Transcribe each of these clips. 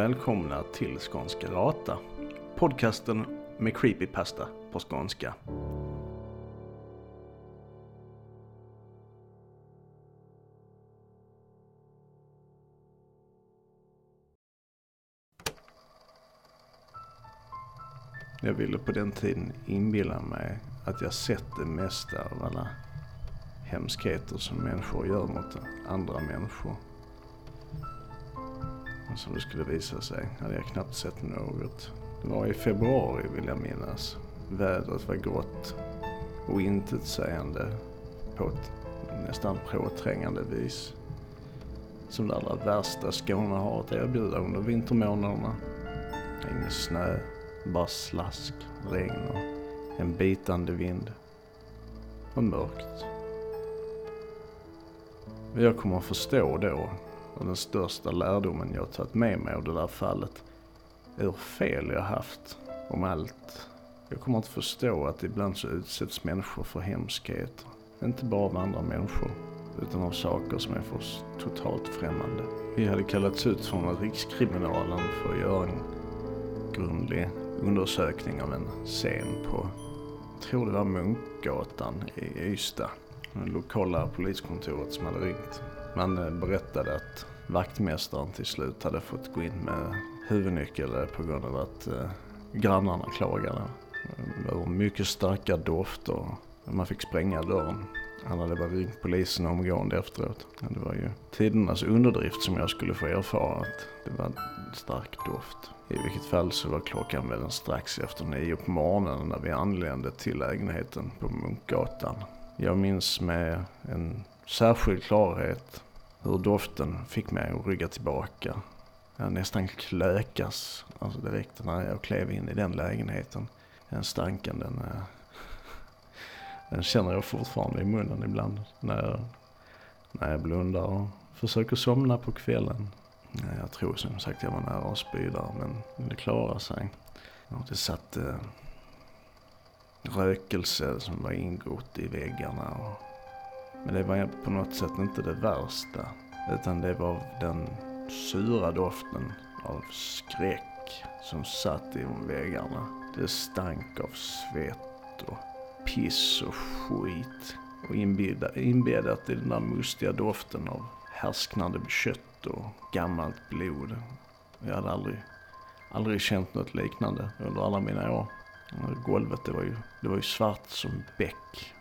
välkomna till Skånska Rata, podcasten med creepypasta på skånska. Jag ville på den tiden inbilla mig att jag sett det mesta av alla hemskheter som människor gör mot andra människor. Och som det skulle visa sig hade jag knappt sett något. Det var i februari vill jag minnas. Vädret var grått och intetsägande på ett nästan påträngande vis. Som det allra värsta Skåne har att erbjuda under vintermånaderna. Ingen snö, bara slask, regn och en bitande vind. Och mörkt. Men jag kommer att förstå då, och den största lärdomen jag tagit med mig av det där fallet, är hur fel jag haft om allt. Jag kommer att förstå att ibland så utsätts människor för hemskheter. Inte bara av andra människor, utan av saker som är för oss totalt främmande. Vi hade kallats ut från Rikskriminalen för att göra en grundlig undersökning av en scen på, jag tror det var Munkgatan i Ystad. Det lokala poliskontoret som hade ringt. Man berättade att vaktmästaren till slut hade fått gå in med huvudnyckel på grund av att grannarna klagade. Det var mycket starka dofter. Man fick spränga dörren. Han hade bara ringt polisen omgående efteråt. Det var ju tidernas underdrift som jag skulle få erfara att det var en stark doft. I vilket fall så var klockan väl strax efter 9 på morgonen när vi anlände till lägenheten på Munkgatan. Jag minns med en särskild klarhet hur doften fick mig att rygga tillbaka. Jag nästan klökas direkt när jag klev in i den lägenheten. Den stanken, den känner jag fortfarande i munnen ibland när jag blundar och försöker somna på kvällen. Jag tror som sagt jag var nära att spy där, men det klarar sig. Det satt rökelse som var ingrott i väggarna. Men det var på något sätt inte det värsta, utan det var den sura doften av skräck som satt i väggarna. Det stank av svett och piss och skit och inbäddat i den där mustiga doften av härsknande kött och gammalt blod. Jag hade aldrig känt något liknande under alla mina år. Golvet det var ju svart som bäck.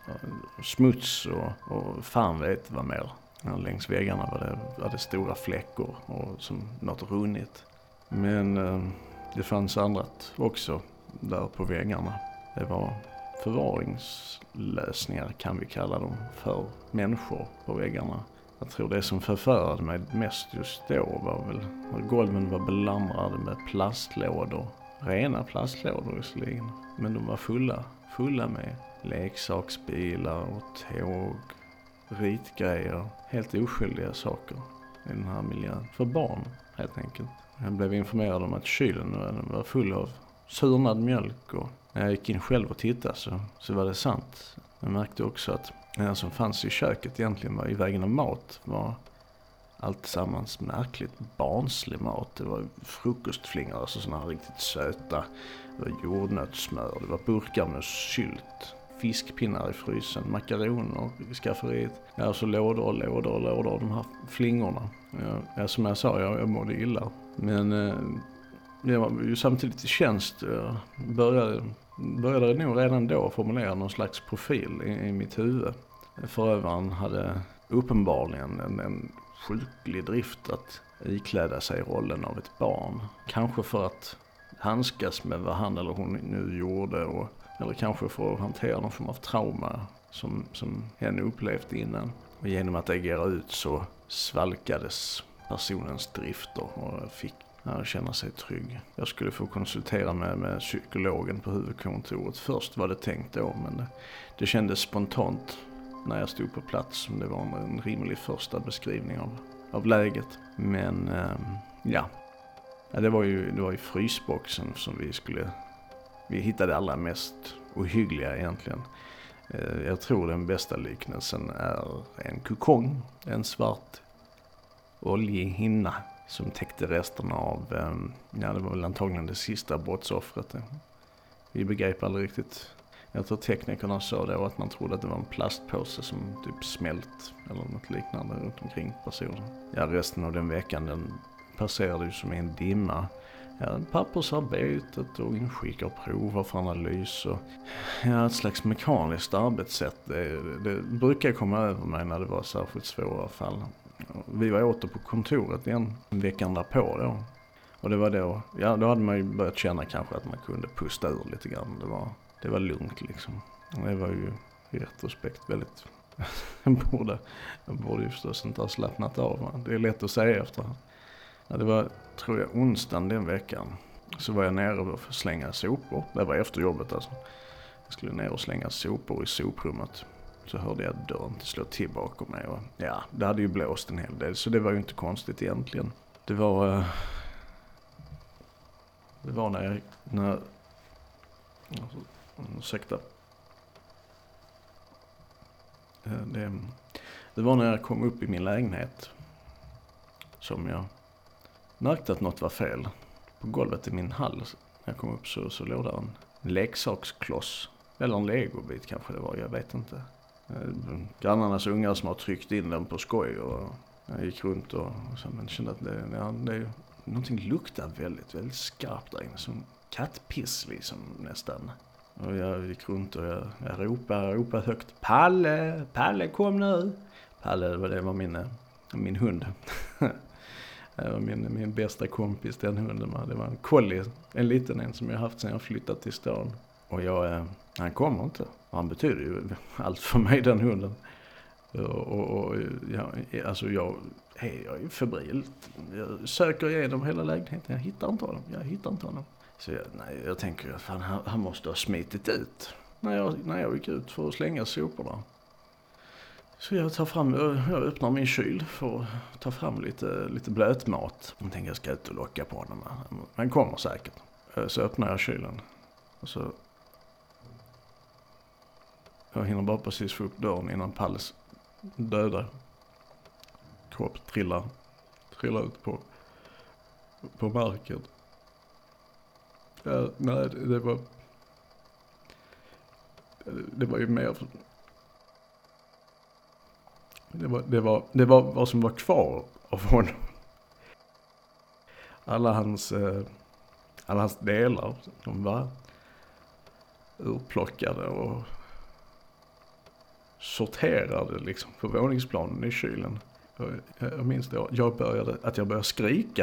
Smuts och fan vet vad mer. Längs väggarna var det stora fläckor och som något runnigt. Men det fanns annat också där på väggarna. Det var förvaringslösningar kan vi kalla dem för människor på väggarna. Jag tror det som förförde mig mest just då var väl att golven var belamrade med plastlådor. Rena plastlådor visserligen, men de var fulla med leksaksbilar och tåg, ritgrejer, helt oskyldiga saker i den här miljön. För barn helt enkelt. Jag blev informerad om att kylen var full av surnad mjölk och när jag gick in själv och tittade så var det sant. Jag märkte också att det som fanns i köket egentligen var i vägen av mat var allt tillsammans märkligt barnslig mat. Det var frukostflingor, alltså sådana här riktigt söta. Det var jordnötssmör, det var burkar med sylt, fiskpinnar i frysen, makaroner i skafferiet. Alltså lådor av de här flingorna. Som jag sa, jag mådde illa. Men det var ju samtidigt i tjänst. Jag började nog redan då formulera någon slags profil i mitt huvud. Förövaren hade uppenbarligen en sjuklig drift att ikläda sig rollen av ett barn. Kanske för att handskas med vad han eller hon nu gjorde eller kanske för att hantera någon form av trauma som hen upplevt innan. Och genom att agera ut så svalkades personens drifter och fick känna sig trygg. Jag skulle få konsultera med psykologen på huvudkontoret. Först var det tänkt då, men det kändes spontant när jag stod på plats som det var en rimlig första beskrivning av läget. Men det var ju frysboxen som vi hittade allra mest ohyggliga egentligen. Jag tror den bästa liknelsen är en kokong, en svart oljig hinna som täckte resten av, det var väl antagligen det sista brottsoffret. Vi begrep aldrig riktigt. Jag tror teknikerna sa då att man trodde att det var en plastpåse som typ smält eller något liknande runt omkring personen. Ja, resten av den veckan den passerade ju som en dimma. Ja, pappersarbetet och inskick av prover för analys och ett slags mekaniskt arbetssätt. Det brukar komma över mig när det var särskilt svåra fall. Vi var åter på kontoret igen veckan därpå då. Och det var då, då hade man ju börjat känna kanske att man kunde pusta ur lite grann. Det var lugnt liksom. Det var ju i retrospekt väldigt... jag borde ju förstås inte ha slappnat av. Det är lätt att säga efter. Ja, det var, tror jag, onsdagen den veckan. Så var jag nere och slänga sopor. Det var efter jobbet alltså. Jag skulle ner och slänga sopor i soprummet. Så hörde jag dörren slå till bakom mig. Och det hade ju blåst en hel del. Så det var ju inte konstigt egentligen. Det var när ursäkta. Det var när jag kom upp i min lägenhet som jag märkte att något var fel. På golvet i min hall när jag kom upp så låg där en leksakskloss. Eller en legobit kanske det var, jag vet inte. Grannarnas ungar som har tryckt in den på skoj och jag gick runt och så, men kände att det någonting luktar väldigt, väldigt skarpt där inne. Som kattpiss liksom nästan. Och jag gick runt och jag ropade högt. Palle kom nu. Palle, det var min hund. Det var min bästa kompis, den hunden. Det var en collie, en liten en som jag haft sedan jag flyttat till stan. Och han kommer inte. Han betyder ju allt för mig, den hunden. Jag är febrilt. Jag söker igenom hela lägenheten. Jag hittar inte honom. Så jag tänker att han måste ha smitit ut när jag gick ut för att slänga soporna. Så jag öppnar min kyl för att ta fram lite blötmat. Jag tänker jag ska ut och locka på honom. Han kommer säkert. Så öppnar jag kylen. Och så jag hinner bara precis få upp dörren innan Palles döda kropp trillar ut på marken. Nej, det var ju mer... Det var vad som var kvar av honom. Alla hans delar, de var urplockade och sorterade liksom på våningsplanen i kylen. Jag minns då, jag började skrika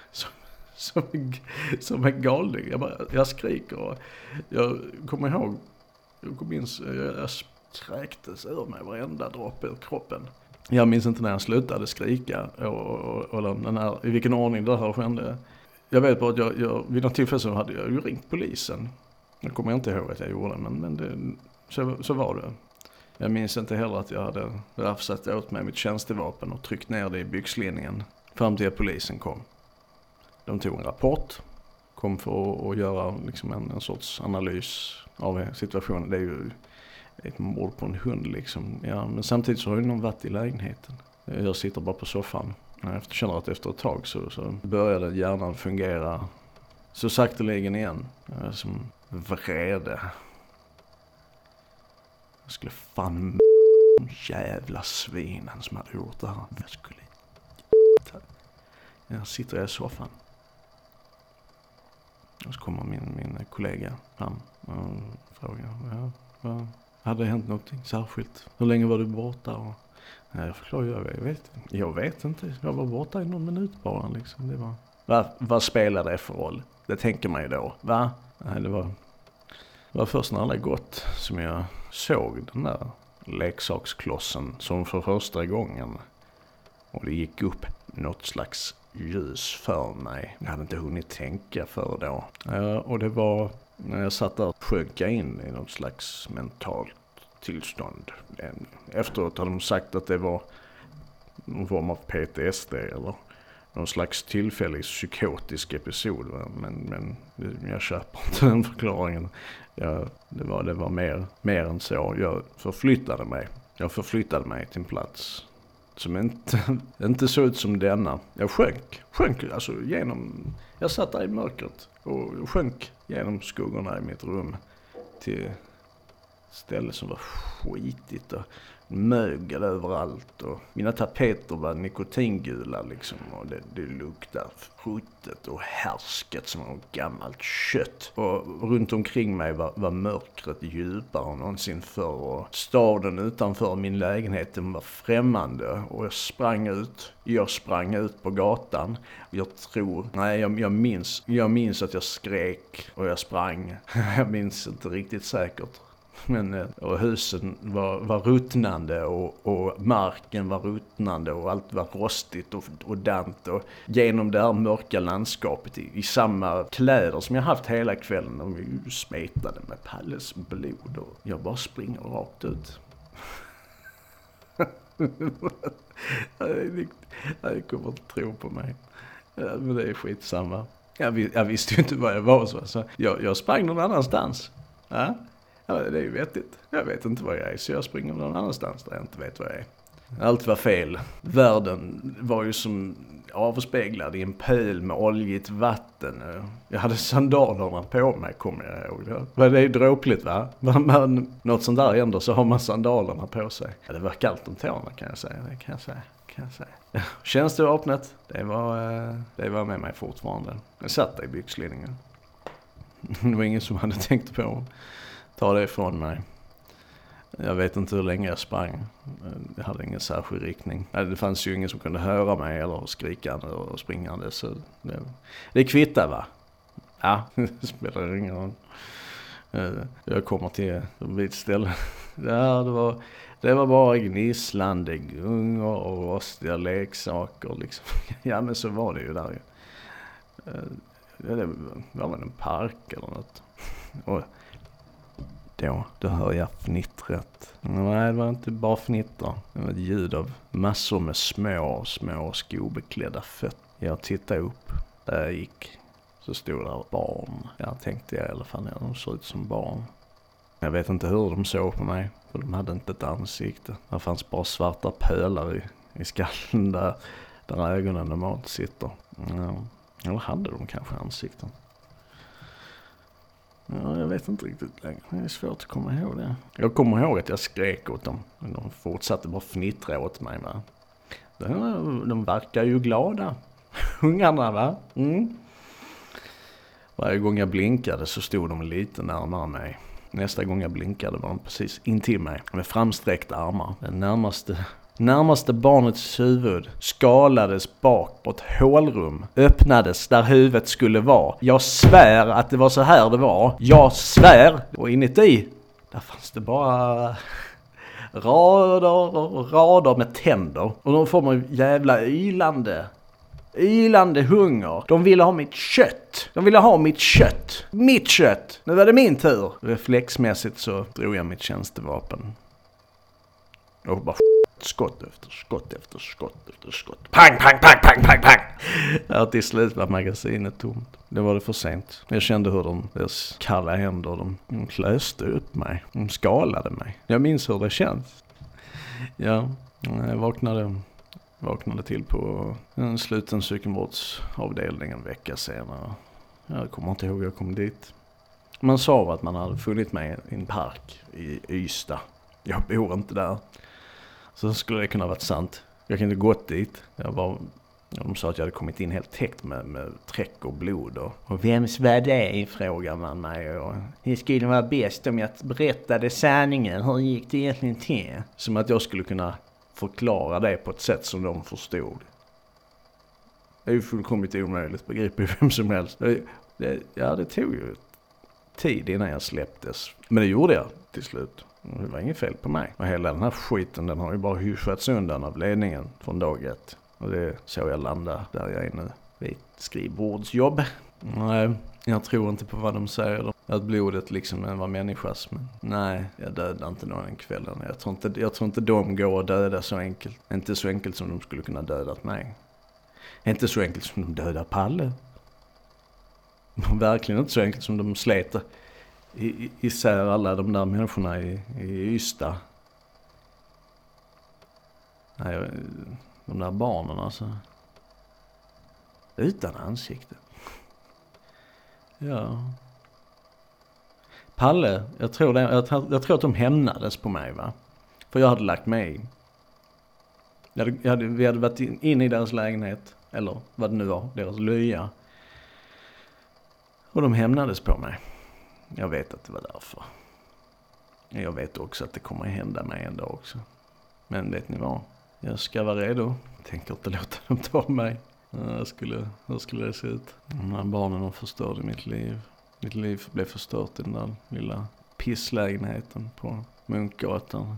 som en galning. Jag skriker och jag kommer ihåg, jag kräktes ur mig varenda droppe ur kroppen. Jag minns inte när jag slutade skrika och i vilken ordning det här skedde. Jag vet bara att jag vid något tillfälle så hade jag ju ringt polisen. Jag kommer inte ihåg att jag gjorde, men så var det. Jag minns inte heller att jag hade rafsat åt mig mitt tjänstevapen och tryckt ner det i byxlinningen fram till att polisen kom. De tog en rapport, kom för att göra liksom en sorts analys av situationen. Det är ju ett mord på en hund liksom. Ja, men samtidigt så har ju någon varit i lägenheten. Jag sitter bara på soffan. Jag känner att efter ett tag så började hjärnan fungera så sakteligen igen. Som vrede. Jag skulle fan jävla svinen som hade gjort det här. Jag sitter i soffan. Och så kommer min kollega fram och frågar. Hade det hänt någonting särskilt? Hur länge var du borta? Och jag förklarar, jag vet inte. Jag var borta i någon minut bara liksom. Det var... Vad spelar det för roll? Det tänker man ju då. Va? Nej, det var först när det gått som jag såg den där leksaksklossen som för första gången. Och det gick upp något slags ljus för mig. Jag hade inte hunnit tänka för då. Och det var när jag satt där och sjönk in i något slags mentalt tillstånd. Efteråt hade de sagt att det var någon form av PTSD eller någon slags tillfällig psykotisk episod. Men jag köper inte den förklaringen. Det var mer än så. Jag förflyttade mig till en plats som inte såg ut som denna. Jag sjönk alltså jag satt där i mörkret och sjönk genom skuggorna i mitt rum till ställe som var skitigt och mögel överallt och mina tapeter var nikotingula liksom och det luktade ruttet och härsket som var gammalt kött och runt omkring mig var mörkret djupare än någonsin förr och staden utanför min lägenhet var främmande och jag sprang ut på gatan och jag minns att jag skrek och jag sprang. Jag minns inte riktigt säkert. Och husen var ruttnande och marken var ruttnande och allt var rostigt och dant och genom det här mörka landskapet i samma kläder som jag haft hela kvällen och vi smetade med Palles blod och jag bara springer rakt ut. Jag kommer inte tro på mig. Men det är skitsamma. Jag visste ju inte vad jag var så jag sprang någon annanstans. Ja? Ja, det är ju vettigt. Jag vet inte vad jag är så jag springer någon annanstans där jag inte vet vad jag är. Allt var fel. Världen var ju som avspeglad i en pöl med oljigt vatten. Jag hade sandalerna på mig, kommer jag ihåg. Det är dråpligt va? Men något sånt där händer så har man sandalerna på sig. Ja, det var kallt om tårna kan jag säga. Det kan jag säga. Tjänstevapnet, det var med mig fortfarande. Jag satt där i byxlinningen. Det var ingen som hade tänkt på ta det ifrån mig. Jag vet inte hur länge jag sprang. Jag hade ingen särskild riktning. Det fanns ju ingen som kunde höra mig eller skrika och springande. Så det kvittar va? Ja, det spelar ingen roll. Jag kommer till ett ställe. Det var bara gnisslande gungor och rostiga leksaker. Liksom. Ja, men så var det ju där. Det var väl en park eller något. Och då hör jag fnittret. Nej, det var inte bara fnitter. Det var ett ljud av massor med små skobeklädda fötter. Jag tittade upp. Där jag gick så stod där barn. Jag tänkte i alla fall när de såg ut som barn. Jag vet inte hur de såg på mig. För de hade inte ett ansikte. Det fanns bara svarta pölar i skallen där ögonen normalt sitter. Ja. Eller hade de kanske ansikten? Ja, jag vet inte riktigt längre. Det är svårt att komma ihåg det. Jag kommer ihåg att jag skrek åt dem. Men de fortsatte bara fnittra åt mig va. De verkar ju glada. Ungarna va? Mm. Varje gång jag blinkade så stod de lite närmare mig. Nästa gång jag blinkade var de precis intill mig. Med framsträckta armar. Den närmaste barnets huvud skalades bak på ett hålrum. Öppnades där huvudet skulle vara. Jag svär att det var så här det var. Jag svär! Och inuti, där fanns det bara rader med tänder. Och de får man jävla ylande hunger. De ville ha mitt kött. Mitt kött! Nu var det min tur. Reflexmässigt så drog jag mitt tjänstevapen. Och bara skott efter skott. Pang! Ja, till slut var magasinet tomt. Det var det för sent. Jag kände hur deras kalla händer, de klöste upp mig. De skalade mig. Jag minns hur det känns. Ja, jag vaknade till på en sluten psykenvårdsavdelning en vecka senare. Jag kommer inte ihåg hur jag kom dit. Man sa att man hade funnit mig i en park i Ystad. Jag bor inte där. Så skulle det kunna ha varit sant. Jag kunde gått dit. De sa att jag hade kommit in helt täckt med träck och blod. Och vems var det, frågar man mig. Och det skulle vara bäst om jag berättade sanningen. Hur gick det egentligen till? Som att jag skulle kunna förklara det på ett sätt som de förstod. Det är ju fullkomligt omöjligt. Begriper ju vem som helst. Det tog ju tid innan jag släpptes. Men det gjorde jag till slut. Det var inget fel på mig. Och hela den här skiten, den har ju bara hyschats undan av ledningen från dag ett. Och det så jag landa där jag är nu vid ett skrivbordsjobb. Nej, jag tror inte på vad de säger. Att blodet liksom var människas. Men nej, jag dödade inte någon den kvällen. Jag tror inte de går och döda så enkelt. Inte så enkelt som de skulle kunna döda mig. Inte så enkelt som de dödar Palle. Verkligen inte så enkelt som de slet isär alla de där människorna i Ystad. Nej, de där barnen alltså. Utan ansikte. Ja. Palle, jag tror att de hämnades på mig, va? För jag hade lagt mig i. Vi hade varit inne i deras lägenhet, eller vad det nu var, deras lya. Och de hämnades på mig. Jag vet att det var därför. Jag vet också att det kommer att hända mig en dag också. Men vet ni vad? Jag ska vara redo. Jag tänker inte låta dem ta mig. Hur skulle det se ut? De här barnen förstörde mitt liv. Mitt liv blev förstört i den där lilla pisslägenheten på Munkgatan.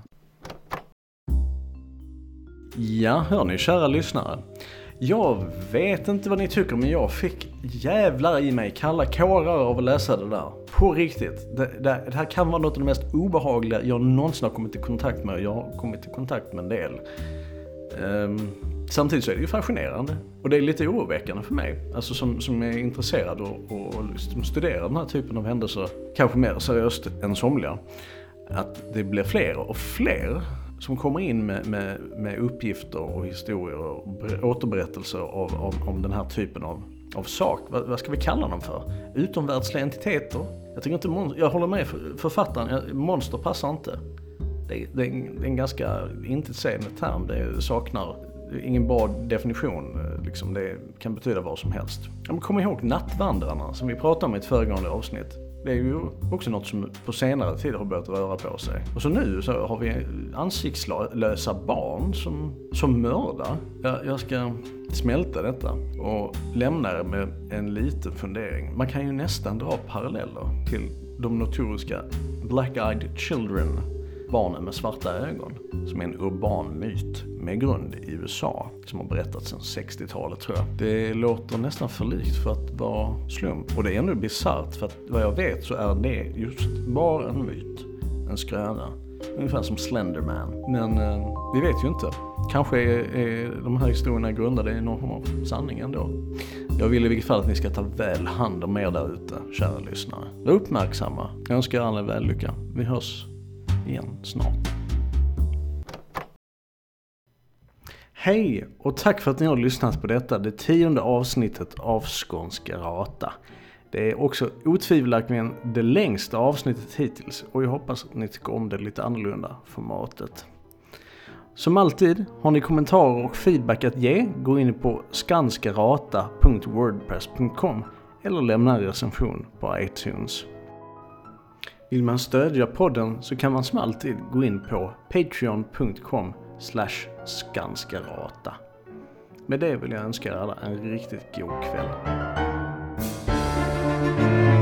Ja, hör ni kära lyssnare. Jag vet inte vad ni tycker, men jag fick jävlar i mig kalla kårar av att läsa det där. På riktigt. Det här kan vara något av det mest obehagliga jag någonsin har kommit i kontakt med. Jag har kommit i kontakt med en del. Samtidigt så är det ju fascinerande. Och det är lite oroväckande för mig. Alltså som är intresserad och studerar den här typen av händelser. Kanske mer seriöst än somliga. Att det blir fler och fler som kommer in med uppgifter och historier och återberättelser om den här typen av sak. Vad ska vi kalla dem för? Utomvärldsliga entiteter? Jag tycker inte jag håller med författaren. Monster passar inte. Det är en ganska intetsägande term. Det saknar ingen bra definition. Liksom det kan betyda vad som helst. Kom ihåg nattvandrarna som vi pratade om i ett föregående avsnitt. Det är ju också något som på senare tid har börjat röra på sig. Och så nu så har vi ansiktslösa barn som mördar. Jag ska smälta detta och lämna det med en liten fundering. Man kan ju nästan dra paralleller till de notoriska Black-Eyed Children, barnen med svarta ögon, som är en urban myt med grund i USA som har berättats sedan 60-talet tror jag. Det låter nästan för likt för att vara slump. Och det är ändå bisarrt för att vad jag vet så är det just bara en myt, en skröna. Ungefär som Slenderman. Men vi vet ju inte. Kanske är de här historierna grundade i någon form av sanning ändå. Jag vill i vilket fall att ni ska ta väl hand om er där ute, kära lyssnare. Var uppmärksamma. Jag önskar alla väl lycka. Vi hörs igen snart. Hej och tack för att ni har lyssnat på detta, det 10:e avsnittet av Skånska Rata. Det är också otvivelaktigt det längsta avsnittet hittills och jag hoppas att ni tycker om det lite annorlunda formatet. Som alltid, har ni kommentarer och feedback att ge, gå in på skanskarata.wordpress.com eller lämna en recension på iTunes. Vill man stödja podden så kan man som alltid gå in på patreon.com/skanskarata. Med det vill jag önska er alla en riktigt god kväll.